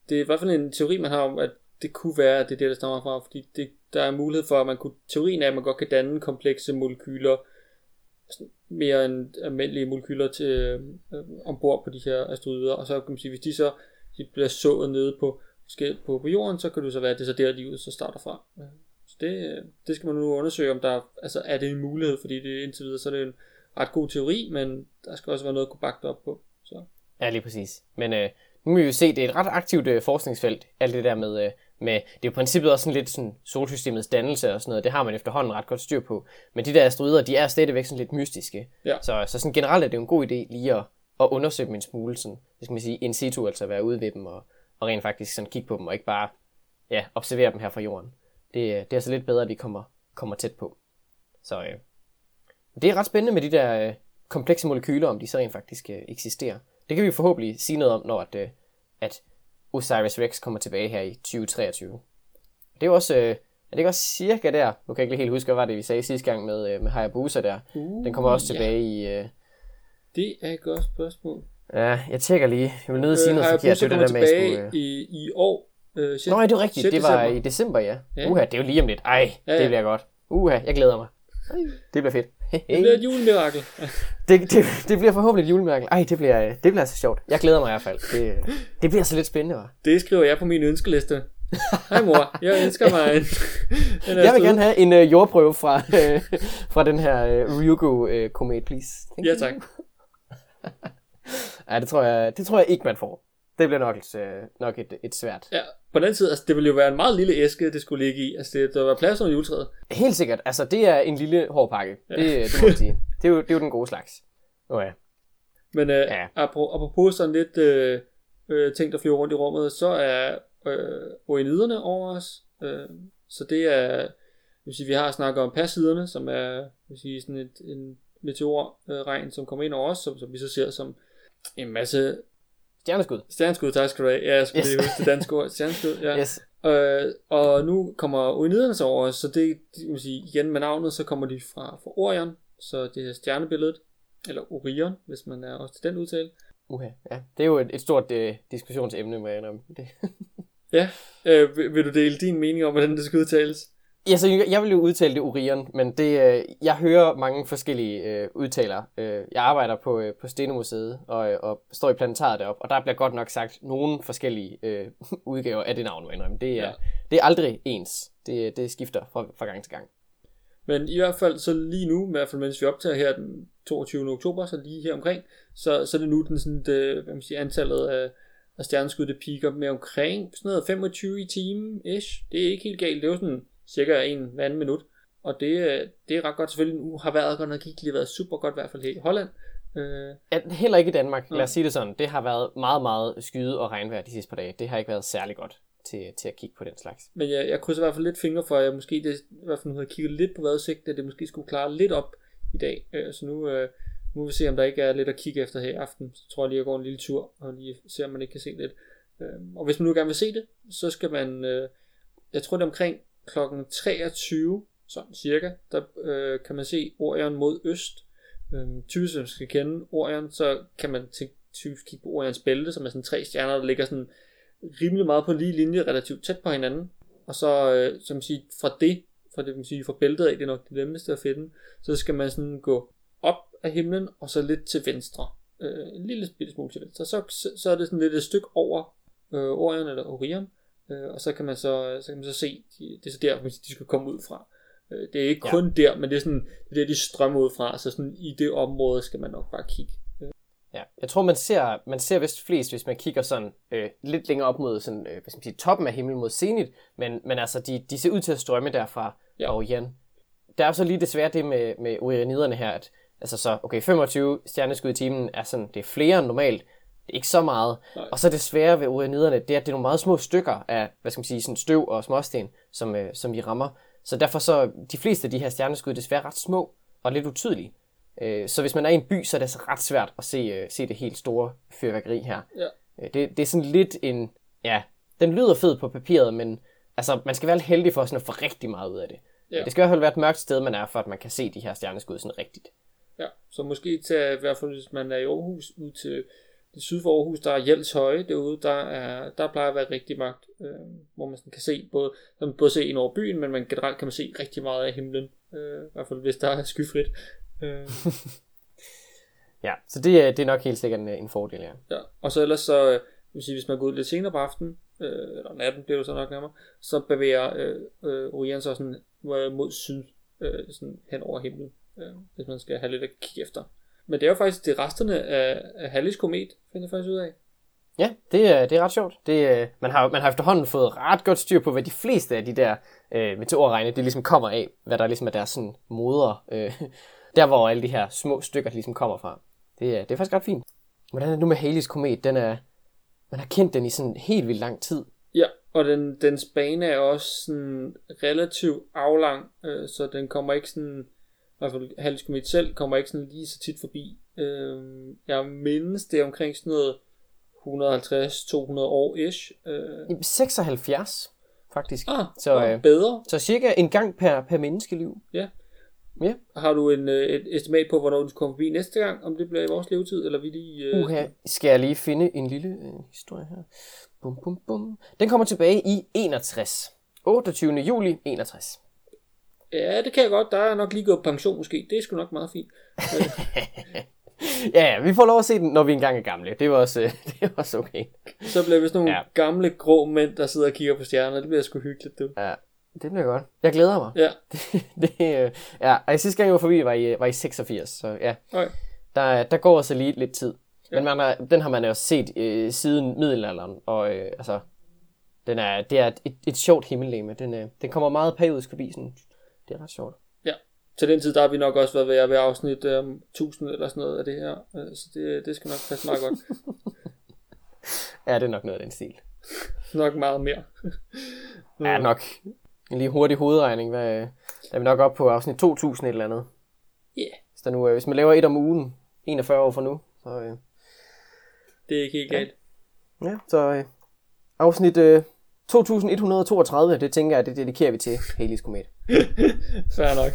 det er i hvert fald en teori, man har om, at det kunne være, at det er det, der stammer fra, fordi det, der er mulighed for, at man kunne, teorien er, at man godt kan danne komplekse molekyler, mere end almindelige molekyler til øh, ombord på de her asteroider, og så kan man sige, hvis de så de bliver sået nede på, på, på jorden, så kan det så være, at det er så der, livet så starter fra. Så det, det skal man nu undersøge, om der altså er det en mulighed, fordi det indtil videre, så er det en ret god teori, men der skal også være noget at kunne bakke det op på. Så. Ja, lige præcis. Men øh, nu må vi jo se, det er et ret aktivt øh, forskningsfelt, alt det der med, øh, med, det er jo i princippet også sådan lidt sådan solsystemets dannelse og sådan noget, det har man efterhånden ret godt styr på. Men de der asteroider, de er stadigvæk sådan lidt mystiske. Ja. Så, så sådan generelt er det jo en god idé lige at, at undersøge dem en smule, sådan, det skal man sige, in situ, altså at være ude ved dem og, og rent faktisk sådan kigge på dem, og ikke bare ja, observere dem her fra jorden. Det, det er så lidt bedre, at vi kommer, kommer tæt på. Så øh, det er ret spændende med de der øh, komplekse molekyler, om de så rent faktisk øh, eksisterer. Det kan vi forhåbentlig sige noget om, når at, øh, at OSIRIS-REx kommer tilbage her i tyve treogtyve. Det er jo også, øh, er det ikke også cirka der, nu kan jeg ikke lige helt huske, hvad var det, vi sagde sidste gang med, øh, med Hayabusa der. Uh, Den kommer også tilbage ja. i... Øh, det er et godt spørgsmål. Ja, jeg tjekker lige. Jeg vil nødt at sige noget forkert. Det kommer tilbage øh... i, i år. Øh, Nå, ja, det er rigtigt. Det var i december, ja. ja. Uha, det er jo lige om lidt. Ej, ja, ja. Det bliver godt. Uha, jeg glæder mig. Det bliver fedt. Det bliver et julemirakel. det, det, det bliver forhåbentlig et julemirakel. Ej, det bliver, det bliver altså sjovt. Jeg glæder mig i hvert fald. Det, det bliver så lidt spændende, hva'? Det skriver jeg på min ønskeliste. Hej mor, jeg ønsker mig en... en jeg vil gerne have en uh, jordprøve fra, uh, fra den her uh, Ryugu-komet, uh, please. Ja, tak. Ej, det tror, jeg, det tror jeg ikke, man får. Det bliver nok, et, nok et, et svært. Ja, på den anden side, altså, det ville jo være en meget lille æske, det skulle ligge i. Altså, det, der var plads under juletræet. Helt sikkert. Altså, det er en lille hård pakke. Ja. Det, det må man sige. Det er, jo, det er jo den gode slags. Oh, ja. Men uh, ja. apropos sådan lidt uh, uh, ting, der flyver rundt i rummet, så er uh, Orioniderne over os. Uh, så det er, vil sige, vi har snakket om Perseiderne, som er vil sige, sådan et, en meteorregn, som kommer ind over os, som, som vi så ser som en masse... Stjerneskud. Stjerneskud, tak skal du have. Ja, jeg skulle yes. lige huske det danske ord. Stjerneskud, ja. Yes. Øh, og nu kommer Orioniderne så over, så det, det vil sige, igen med navnet, så kommer de fra, fra Orion, så det er stjernebilledet, eller Orion, hvis man er også til den udtale. Uha, ja. Det er jo et, et stort uh, diskussionsemne, med om det. Ja, øh, vil, vil du dele din mening om, hvordan det skal udtales? Ja, så jeg vil jo udtale det Orion, men det, øh, jeg hører mange forskellige øh, udtaler. Øh, jeg arbejder på, øh, på Stenmuseet og, øh, og står i planetariet deroppe, og der bliver godt nok sagt nogle forskellige øh, udgaver af det navn. Det er, ja. det er aldrig ens. Det, det skifter fra, fra gang til gang. Men i hvert fald så lige nu, i hvert fald mens vi optager her den toogtyvende oktober, så lige her omkring, så, så er det nu den sådan, det, hvad man siger, antallet af, af stjerneskud, det piker med omkring sådan noget femogtyve i timen ish. Det er ikke helt galt. Det er jo sådan cirka en hver anden minut, og det, det er ret godt. Selvfølgelig nu har været godt nok ikke lige været super godt, i hvert fald her i Holland. Øh... Ja, heller ikke i Danmark, lad os sige det sådan. Det har været meget, meget skyde og regnvejr de sidste par dage. Det har ikke været særlig godt til, til at kigge på den slags. Men jeg, jeg krydser i hvert fald lidt fingre for, at jeg måske det, i hvert fald havde kigget lidt på vejrudsigten, at det måske skulle klare lidt op i dag. Øh, så nu, øh, nu vil vi se, om der ikke er lidt at kigge efter her i aften. Så tror jeg lige, at jeg går en lille tur og lige ser, om man ikke kan se lidt. Øh, og hvis man nu gerne vil se det, så skal man, øh, jeg tror det er omkring klokken treogtyve, sådan cirka, der øh, kan man se Orion mod øst. Øh, typisk, hvis man skal kende Orion, så kan man typisk kigge på Orions bælte, som er sådan tre stjerner, der ligger sådan rimelig meget på en lige linje, relativt tæt på hinanden. Og så, øh, som siger, fra det, fra det, man siger, fra bæltet af, det er nok det nemmeste at finde, så skal man sådan gå op af himlen, og så lidt til venstre. Øh, en lille bitte smule til venstre. Så, så, så er det sådan lidt et stykke over øh, Orion eller Orion. Uh, og så kan man så, så kan man så se, de, det er så der, de skal komme ud fra. Uh, det er ikke ja. kun der, men det er sådan, det er der, de strømmer ud fra, så sådan i det område skal man nok bare kigge. Uh. Ja, jeg tror man ser, man ser vist flest, hvis man kigger sådan øh, lidt længere op mod sådan, øh, hvis man siger, toppen af himlen mod zenit, men, men altså de, de ser ud til at strømme derfra ja. Orion. Der er så lige desværre det med, med Orioniderne her, at altså så, okay, femogtyve stjerneskud i timen er sådan, det er flere end normalt. Det er ikke så meget. Nej. Og så det svære ved Orioniderne, det er, at det er nogle meget små stykker af, hvad skal man sige, sådan støv og småsten, som, øh, som vi rammer. Så derfor så, de fleste af de her stjerneskud, desværre ret små og lidt utydelige. Øh, så hvis man er i en by, så er det altså ret svært at se, øh, se det helt store fyrværkeri her. Ja. Øh, det, det er sådan lidt en, ja, den lyder fed på papiret, men altså, man skal være heldig for sådan at få rigtig meget ud af det. Ja. Det skal i hvert fald være et mørkt sted, man er, for at man kan se de her stjerneskud sådan rigtigt. Ja, så måske til, i hvert fald hvis man er i Aarhus, ud til syd for Aarhus, der er Jels Høje derude, der, er, der plejer at være rigtig mørkt, øh, hvor man sådan kan se både, man både se ind over byen, men man generelt kan man se rigtig meget af himlen, øh, i hvert fald hvis der er skyfrit. Øh. Ja, så det er, det er nok helt sikkert en, en fordel, ja. Ja, og så ellers så, øh, vil sige, hvis man går ud lidt senere på aftenen, øh, eller natten bliver det så nok nærmere, så bevæger øh, øh, Orion sig sådan øh, mod syd, øh, sådan hen over himlen, øh, hvis man skal have lidt at kigge efter. Men det er jo faktisk det resterne af, af Halleys komet, finder jeg faktisk ud af. Ja, det er, det er ret sjovt. Det, man, har, man har efterhånden fået ret godt styr på, hvad de fleste af de der øh, meteorregne, det ligesom kommer af, hvad der ligesom er deres sådan moder, øh, der hvor alle de her små stykker ligesom kommer fra. Det er, det er faktisk ret fint. Hvordan er det nu med Halleys komet? Den er, man har kendt den i sådan helt vildt lang tid. Ja, og den, dens bane er også sådan relativt aflang, øh, så den kommer ikke sådan, i hvert fald Halleys komet selv, kommer ikke sådan lige så tit forbi. Øh, jeg mindes, det er omkring sådan noget et hundrede og halvtreds til to hundrede år-ish. Øh. seksoghalvfjerds, faktisk. Ah, så, øh, bedre. Så cirka en gang per, per menneskeliv. Ja. Ja. Har du en, et estimat på, hvornår du kommer forbi næste gang? Om det bliver i vores levetid, eller vi lige... Øh... Uha, skal jeg lige finde en lille øh, historie her. Bum, bum, bum. Den kommer tilbage i enogtres. otteogtyvende juli enogtres. Ja, det kan jeg godt. Der er nok lige gået pension måske. Det er sgu nok meget fint. Ja, ja, vi får lov at se den, når vi engang er gamle. Det var også, det var også okay. Så bliver vi sådan nogle ja. gamle grå mænd, der sidder og kigger på stjerner. Det bliver sgu hyggeligt, du. Ja, det bliver godt. Jeg glæder mig. Ja. Det, det, ja, og sidste gang jeg var forbi, var i, var i seksogfirs. Så ja, okay. der, der går også lige lidt tid. Ja. Men man har, den har man jo set øh, siden middelalderen. Og øh, altså, den er, det er et, et sjovt himmellegeme. Den, øh, den kommer meget periodisk forbi. Sådan. Det er ret sjovt. Ja. Til den tid, der har vi nok også været ved at være afsnit um, tusind eller sådan noget af det her. Uh, så det, det skal nok passe meget godt. Ja, det er nok noget af den stil. Nok meget mere. Ja, nok. En lige hurtig hovedregning. Hvad, der er vi nok op på afsnit to tusind et eller andet. Ja. Yeah. Hvis, der nu, hvis man laver et om ugen, enogfyrre år fra nu, så... Øh, det er ikke helt galt. Ja, ja så øh, afsnit øh, to tusind et hundrede og toogtredive, det tænker jeg, det dedikerer vi til Halleys komet. Fair nok.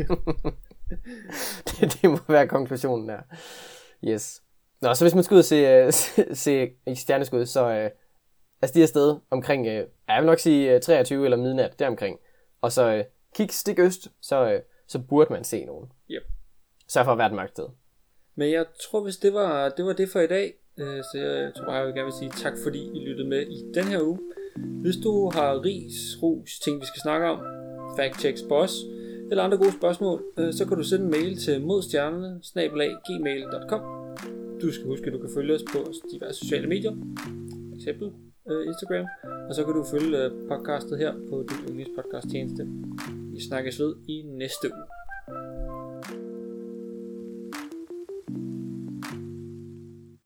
det, det må være konklusionen der. Yes. Nå, så hvis man skal ud og se, se, se stjerneskud, så øh, altså de er afsted omkring, øh, jeg vil nok sige øh, treogtyve eller midnat, deromkring. Og så øh, kig stik øst, så, øh, så burde man se nogen. Yep. Så for at være et mørkt sted. Men jeg tror, hvis det var det, var det for i dag, øh, så jeg tror bare, jeg vil gerne vil sige tak, fordi I lyttede med i den her uge. Hvis du har ris, ros, ting vi skal snakke om, fact checks på os, eller andre gode spørgsmål, øh, så kan du sende en mail til modstjernerne bindestreg gmail punktum com. Du skal huske, at du kan følge os på diverse sociale medier, f.eks. Øh, Instagram, og så kan du følge øh, podcastet her på dit yndlingspodcast tjeneste. Vi snakkes ved i næste uge.